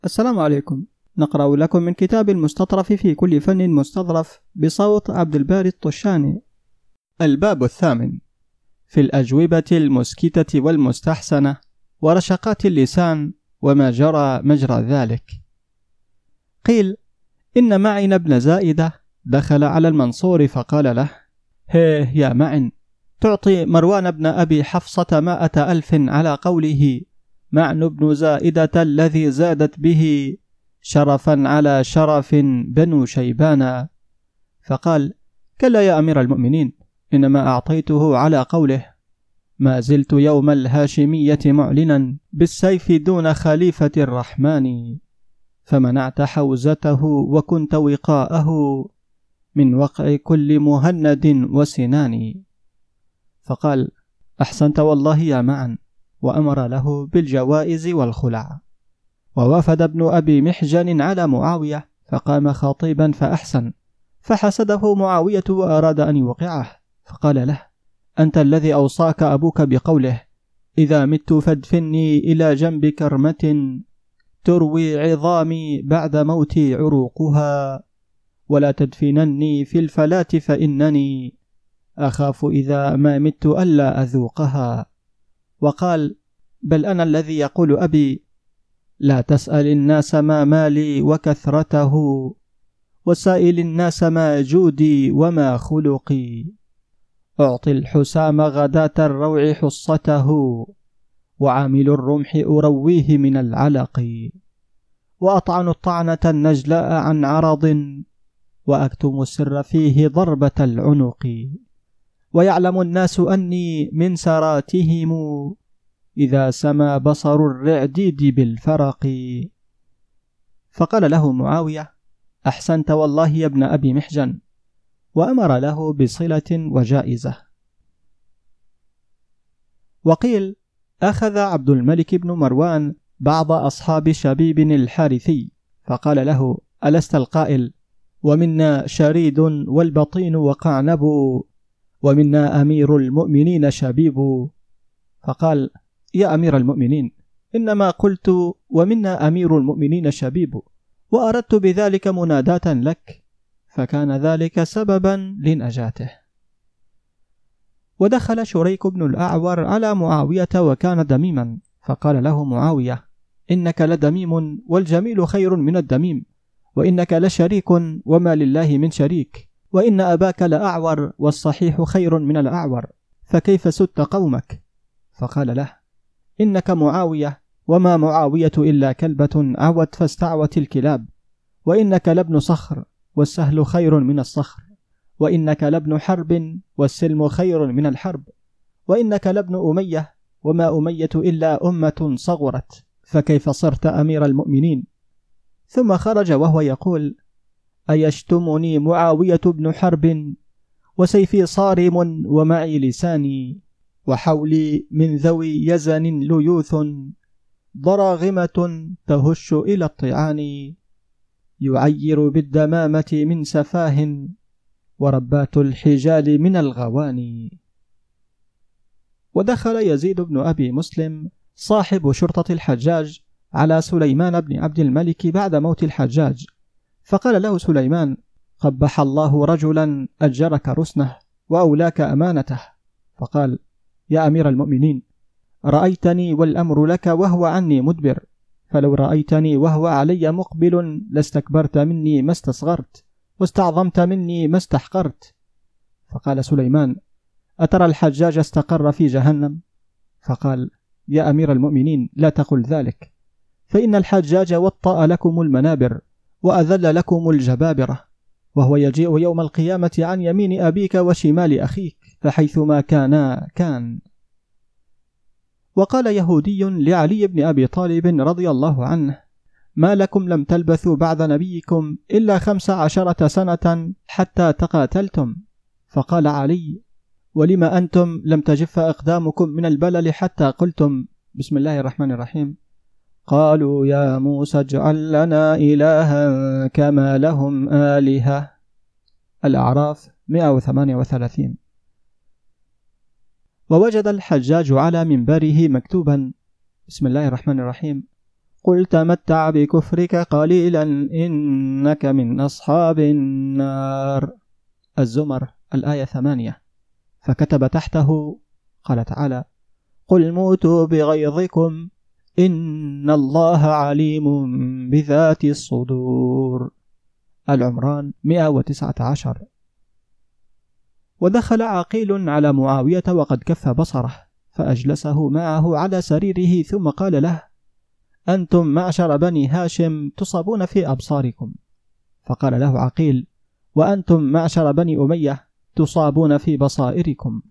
السلام عليكم. نقرأ لكم من كتاب المستطرف في كل فن مستظرف بصوت عبد الباري الطشاني. الباب 8 في الأجوبة المسكتة والمستحسنة ورشقات اللسان وما جرى مجرى ذلك. قيل إن معن بن زائدة دخل على المنصور فقال له: هيه يا معن، تعطي مروان بن أبي حفصة 100,000 على قوله معن بن زائدة الذي زادت به شرفا على شرف بنو شيبان. فقال: كلا يا أمير المؤمنين، إنما أعطيته على قوله ما زلت يوم الهاشمية معلنا بالسيف دون خليفة الرحمن، فمنعت حوزته وكنت وقاءه من وقع كل مهند وسنان. فقال: أحسنت والله يا معن، وأمر له بالجوائز والخلع. ووفد ابن أبي محجن على معاوية فقام خطيبا فأحسن، فحسده معاوية وأراد أن يوقعه، فقال له: أنت الذي أوصاك أبوك بقوله إذا مت فادفني إلى جنب كرمة تروي عظامي بعد موتي عروقها، ولا تدفنني في الفلاة فإنني أخاف إذا ما مت ألا أذوقها. وقال: بل أنا الذي يقول أبي لا تسأل الناس ما مالي وكثرته، وسائل الناس ما جودي وما خلقي، أعطي الحسام غداة الروع حصته، وعامل الرمح أرويه من العلق، وأطعن الطعنة النجلاء عن عرض، وأكتم السر فيه ضربة العنق، ويعلم الناس أني من سراتهم إذا سما بصر الرعديد بالفرق. فقال له معاوية: أحسنت والله يا ابن أبي محجن، وأمر له بصلة وجائزة. وقيل أخذ عبد الملك بن مروان بعض أصحاب شبيب الحارثي فقال له: ألست القائل ومنا شريد والبطين وقعنب ومنا أمير المؤمنين شبيب؟ فقال: يا أمير المؤمنين، إنما قلت ومنا أمير المؤمنين شبيب، وأردت بذلك مناداة لك، فكان ذلك سببا لنجاته. ودخل شريك بن الأعور على معاوية وكان دميما، فقال له معاوية: إنك لدميم، والجميل خير من الدميم، وإنك لشريك وما لله من شريك، وإن أباك لأعور والصحيح خير من الأعور، فكيف سدت قومك؟ فقال له: إنك معاوية، وما معاوية إلا كلبة عوت فاستعوت الكلاب، وإنك لابن صخر، والسهل خير من الصخر، وإنك لابن حرب، والسلم خير من الحرب، وإنك لابن أمية، وما أمية إلا أمة صغرت، فكيف صرت أمير المؤمنين؟ ثم خرج وهو يقول: أيشتمني معاوية بن حرب، وسيفي صارم ومعي لساني، وحولي من ذوي يزن ليوث، ضراغمة تهش إلى الطعان، يعير بالدمامة من سفاه، وربات الحجال من الغواني. ودخل يزيد بن أبي مسلم صاحب شرطة الحجاج على سليمان بن عبد الملك بعد موت الحجاج، فقال له سليمان: قبح الله رجلا أجرك رسنه وأولاك أمانته. فقال: يا أمير المؤمنين، رأيتني والأمر لك وهو عني مدبر، فلو رأيتني وهو علي مقبل لاستكبرت مني ما استصغرت، واستعظمت مني ما استحقرت. فقال سليمان: أترى الحجاج استقر في جهنم؟ فقال: يا أمير المؤمنين، لا تقل ذلك، فإن الحجاج وطأ لكم المنابر وأذل لكم الجبابرة، وهو يجيء يوم القيامة عن يمين أبيك وشمال أخيك، فحيثما كانا كان. وقال يهودي لعلي بن أبي طالب رضي الله عنه: ما لكم لم تلبثوا بعد نبيكم إلا 15 سنة حتى تقاتلتم؟ فقال علي: ولما أنتم لم تجف أقدامكم من البلل حتى قلتم بسم الله الرحمن الرحيم؟ قالوا يا موسى اجعل لنا إلها كما لهم آلهة. الأعراف 138. ووجد الحجاج على منبره مكتوبا بسم الله الرحمن الرحيم: قل تمتع بكفرك قليلا إنك من أصحاب النار. الزمر الآية 8. فكتب تحته قال تعالى: قل موتوا بغيظكم إن الله عليم بذات الصدور. العمران 119. ودخل عقيل على معاوية وقد كف بصره، فأجلسه معه على سريره ثم قال له: أنتم معشر بني هاشم تصابون في أبصاركم. فقال له عقيل: وأنتم معشر بني أمية تصابون في بصائركم.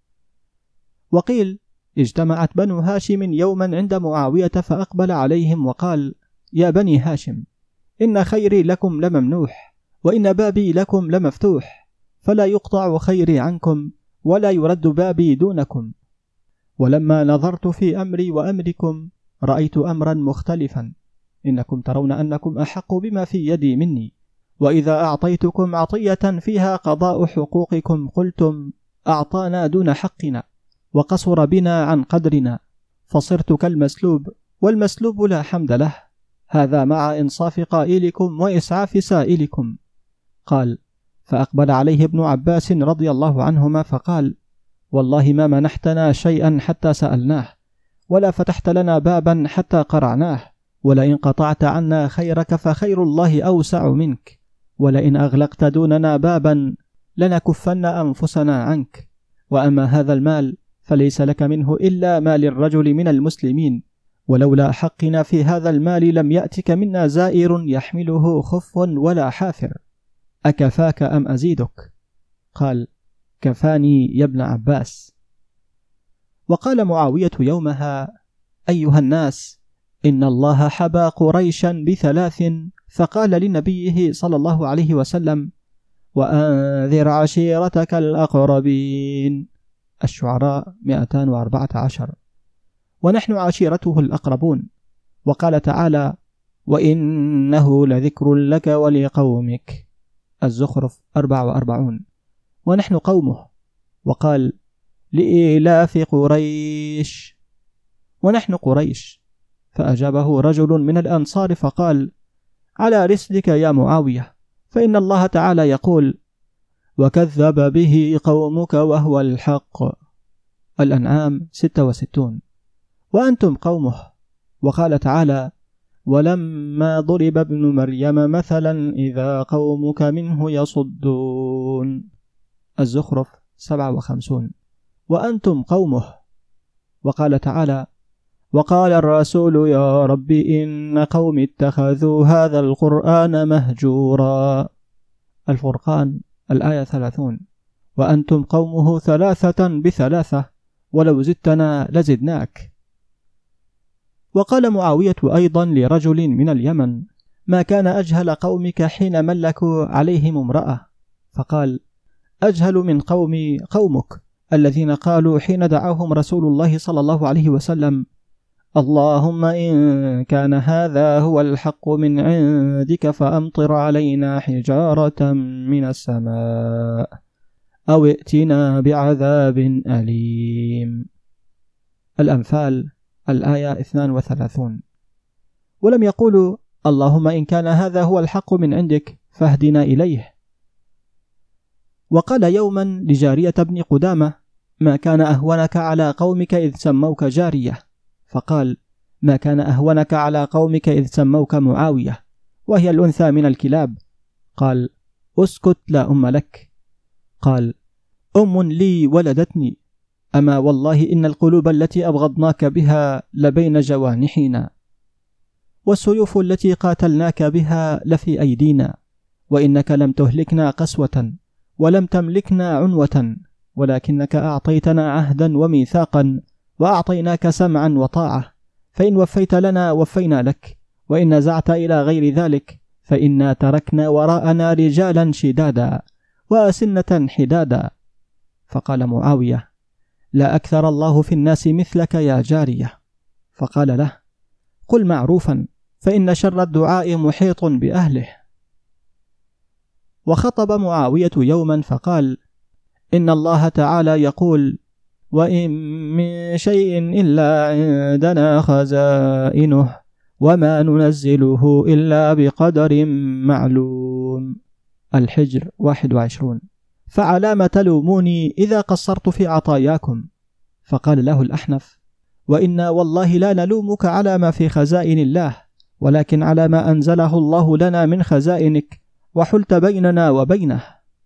وقيل: اجتمعت بنو هاشم يوما عند معاوية فأقبل عليهم وقال: يا بني هاشم، إن خيري لكم لممنوح، وإن بابي لكم لمفتوح، فلا يقطع خيري عنكم ولا يرد بابي دونكم. ولما نظرت في أمري وأمركم رأيت أمرا مختلفا، إنكم ترون أنكم أحق بما في يدي مني، وإذا أعطيتكم عطية فيها قضاء حقوقكم قلتم أعطانا دون حقنا وقصر بنا عن قدرنا، فصرت كالمسلوب، والمسلوب لا حمد له، هذا مع إنصاف قائلكم وإسعاف سائلكم. قال: فأقبل عليه ابن عباس رضي الله عنهما فقال: والله ما منحتنا شيئا حتى سألناه، ولا فتحت لنا بابا حتى قرعناه، ولئن قطعت عنا خيرك فخير الله أوسع منك، ولئن أغلقت دوننا بابا لنكفن أنفسنا عنك، وأما هذا المال فليس لك منه إلا ما للرجل من المسلمين، ولولا حقنا في هذا المال لم يأتك منا زائر يحمله خف ولا حافر، أكفاك أم أزيدك؟ قال: كفاني يا ابن عباس. وقال معاوية يومها: أيها الناس، إن الله حبى قريشا ب3، فقال لنبيه صلى الله عليه وسلم: وأنذر عشيرتك الأقربين. الشعراء 214. ونحن عشيرته الأقربون. وقال تعالى: وإنه لذكر لك ولقومك. الزخرف 44. ونحن قومه. وقال: لإيلاف قريش. ونحن قريش. فأجابه رجل من الأنصار فقال: على رسلك يا معاوية، فإن الله تعالى يقول: وكذب به قومك وهو الحق. الأنعام 66. وأنتم قومه. وقال تعالى: ولما ضرب ابن مريم مثلا إذا قومك منه يصدون. الزخرف 57. وأنتم قومه. وقال تعالى: وقال الرسول يا رب إن قوم اتخذوا هذا القرآن مهجورا. الفرقان الآية 30. وأنتم قومه 3 ب3، ولو زدتنا لزدناك. وقال معاوية أيضا لرجل من اليمن: ما كان أجهل قومك حين ملكوا عليهم امرأة؟ فقال: أجهل من قومي قومك، الذين قالوا حين دعاهم رسول الله صلى الله عليه وسلم: اللهم إن كان هذا هو الحق من عندك فأمطر علينا حجارة من السماء أو ائتنا بعذاب أليم. الأنفال الآية 32. ولم يقولوا: اللهم إن كان هذا هو الحق من عندك فاهدنا إليه. وقال يوما لجارية بن قدامة: ما كان أهونك على قومك إذ سموك جارية؟ فقال: ما كان أهونك على قومك إذ سموك معاوية، وهي الأنثى من الكلاب. قال: أسكت لا أم لك. قال: أم لي ولدتني، أما والله إن القلوب التي أبغضناك بها لبين جوانحنا، والسيوف التي قاتلناك بها لفي أيدينا، وإنك لم تهلكنا قسوة ولم تملكنا عنوة، ولكنك أعطيتنا عهدا وميثاقا، وأعطيناك سمعا وطاعة، فإن وفيت لنا وفينا لك، وإن نزعت إلى غير ذلك فإنا تركنا وراءنا رجالا شدادا وأسنة حدادا. فقال معاوية: لا أكثر الله في الناس مثلك يا جارية. فقال له: قل معروفا، فإن شر الدعاء محيط بأهله. وخطب معاوية يوما فقال: إن الله تعالى يقول: وإن من شيء إلا عندنا خزائنه وما ننزله إلا بقدر معلوم. الحجر 21. فعلى ما تلوموني إذا قصرت في عطاياكم؟ فقال له الأحنف: وإنا والله لا نلومك على ما في خزائن الله، ولكن على ما أنزله الله لنا من خزائنك وحلت بيننا وبينه.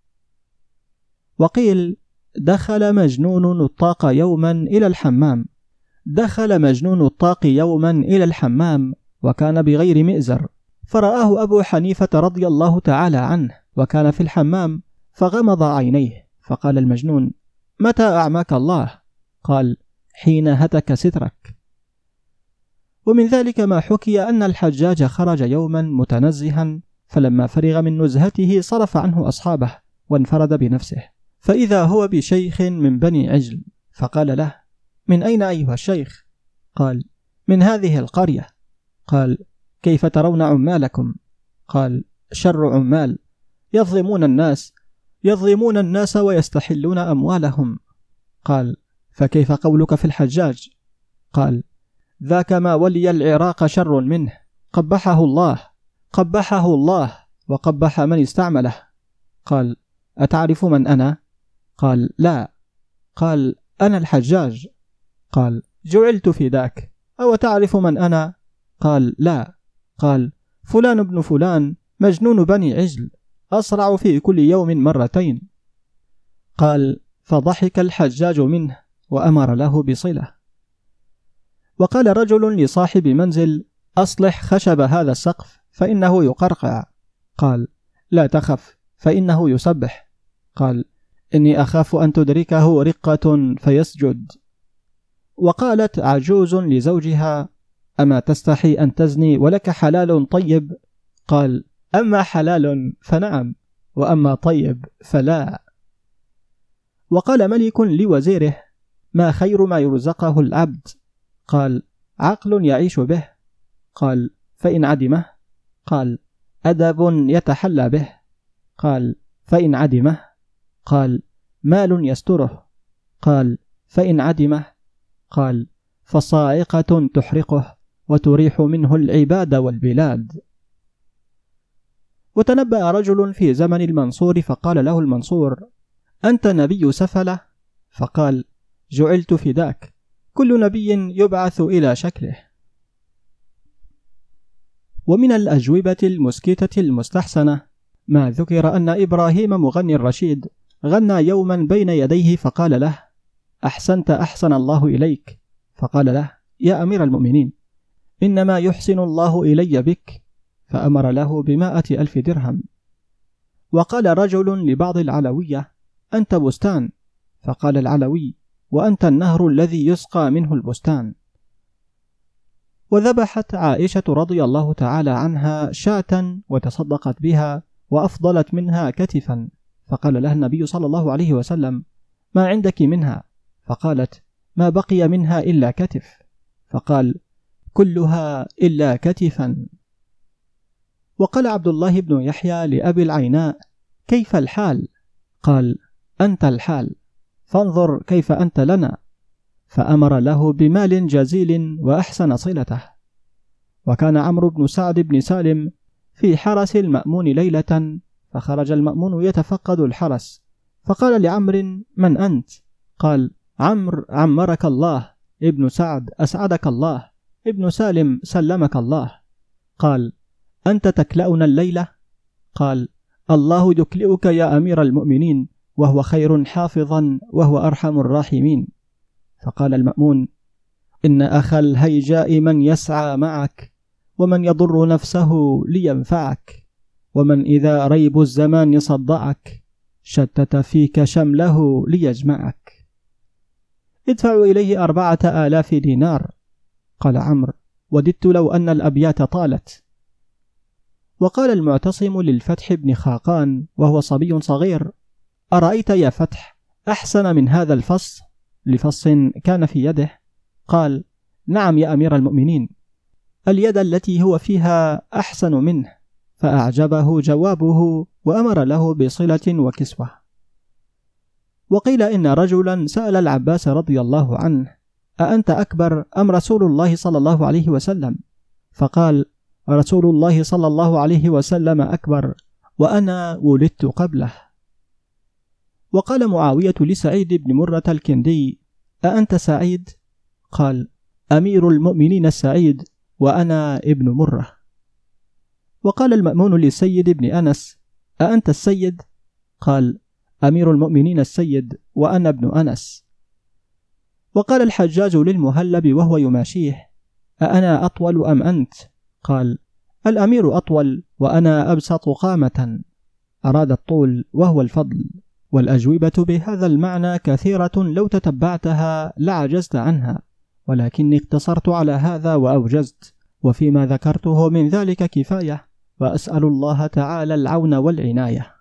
وقيل: دخل مجنون الطاق يوما إلى الحمام. دخل مجنون الطاق يوما إلى الحمام وكان بغير مئزر، فرآه أبو حنيفة رضي الله تعالى عنه وكان في الحمام، فغمض عينيه، فقال المجنون: متى أعماك الله؟ قال: حين هتك سترك. ومن ذلك ما حكي أن الحجاج خرج يوما متنزها، فلما فرغ من نزهته صرف عنه أصحابه وانفرد بنفسه، فإذا هو بشيخ من بني عجل، فقال له: من أين أيها الشيخ؟ قال: من هذه القرية. قال: كيف ترون عمالكم؟ قال: شر عمال، يظلمون الناس ويستحلون أموالهم. قال: فكيف قولك في الحجاج؟ قال: ذاك ما ولي العراق شر منه، قبحه الله وقبح من استعمله. قال: أتعرف من أنا؟ قال: لا. قال: أنا الحجاج. قال: جعلت في ذاك، أو تعرف من أنا؟ قال: لا. قال: فلان ابن فلان مجنون بني عجل، أصرع في كل يوم مرتين. قال: فضحك الحجاج منه وأمر له بصلة. وقال رجل لصاحب منزل: أصلح خشب هذا السقف فإنه يقرقع. قال: لا تخف فإنه يسبح. قال: إني أخاف أن تدركه رقة فيسجد. وقالت عجوز لزوجها: أما تستحي أن تزني ولك حلال طيب؟ قال: أما حلال فنعم، وأما طيب فلا. وقال ملك لوزيره: ما خير ما يرزقه العبد؟ قال: عقل يعيش به. قال: فإن عدمه؟ قال: أدب يتحلى به. قال: فإن عدمه؟ قال: مال يستره. قال: فإن عدمه؟ قال: فصاعقة تحرقه وتريح منه العباد والبلاد. وتنبأ رجل في زمن المنصور فقال له المنصور: أنت نبي سفلة؟ فقال: جعلت فداك، كل نبي يبعث إلى شكله. ومن الأجوبة المسكتة المستحسنة ما ذكر أن إبراهيم مغني الرشيد غنى يوما بين يديه فقال له: أحسنت أحسن الله إليك. فقال له: يا أمير المؤمنين، إنما يحسن الله إلي بك، فأمر له ب100,000 درهم. وقال رجل لبعض العلوية: أنت بستان. فقال العلوي: وأنت النهر الذي يسقى منه البستان. وذبحت عائشة رضي الله تعالى عنها شاة وتصدقت بها وأفضلت منها كتفا، فقال لها النبي صلى الله عليه وسلم: ما عندك منها؟ فقالت: ما بقي منها إلا كتف. فقال: كلها إلا كتفا. وقال عبد الله بن يحيى لأبي العيناء: كيف الحال؟ قال: أنت الحال، فانظر كيف أنت لنا. فأمر له بمال جزيل وأحسن صلته. وكان عمرو بن سعد بن سالم في حرس المأمون ليلة، فخرج المأمون يتفقد الحرس، فقال لعمرو: من أنت؟ قال: عمرو عمرك الله، ابن سعد أسعدك الله، ابن سالم سلمك الله. قال: أنت تكلأنا الليلة؟ قال: الله يكلئك يا أمير المؤمنين، وهو خير حافظا وهو أرحم الراحمين. فقال المأمون: إن أخا الهيجاء من يسعى معك، ومن يضر نفسه لينفعك، ومن إذا ريب الزمان صدعك شتت فيك شمله ليجمعك. ادفعوا إليه 4,000 دينار. قال عمرو: وددت لو أن الأبيات طالت. وقال المعتصم للفتح بن خاقان وهو صبي صغير: أرأيت يا فتح أحسن من هذا الفص؟ لفص كان في يده. قال: نعم يا أمير المؤمنين، اليد التي هو فيها أحسن منه. فأعجبه جوابه وأمر له بصلة وكسوة. وقيل إن رجلا سأل العباس رضي الله عنه: أأنت أكبر أم رسول الله صلى الله عليه وسلم؟ فقال: رسول الله صلى الله عليه وسلم أكبر، وأنا ولدت قبله. وقال معاوية لسعيد بن مرة الكندي: أأنت سعيد؟ قال: أمير المؤمنين السعيد، وأنا ابن مرة. وقال المأمون لسيد بن أنس: أأنت السيد؟ قال: أمير المؤمنين السيد، وأنا ابن أنس. وقال الحجاج للمهلب وهو يماشيه: أأنا أطول أم أنت؟ قال: الأمير أطول، وأنا أبسط قامة. أراد الطول وهو الفضل. والأجوبة بهذا المعنى كثيرة لو تتبعتها لعجزت عنها، ولكني اقتصرت على هذا وأوجزت، وفيما ذكرته من ذلك كفاية، وأسأل الله تعالى العون والعناية.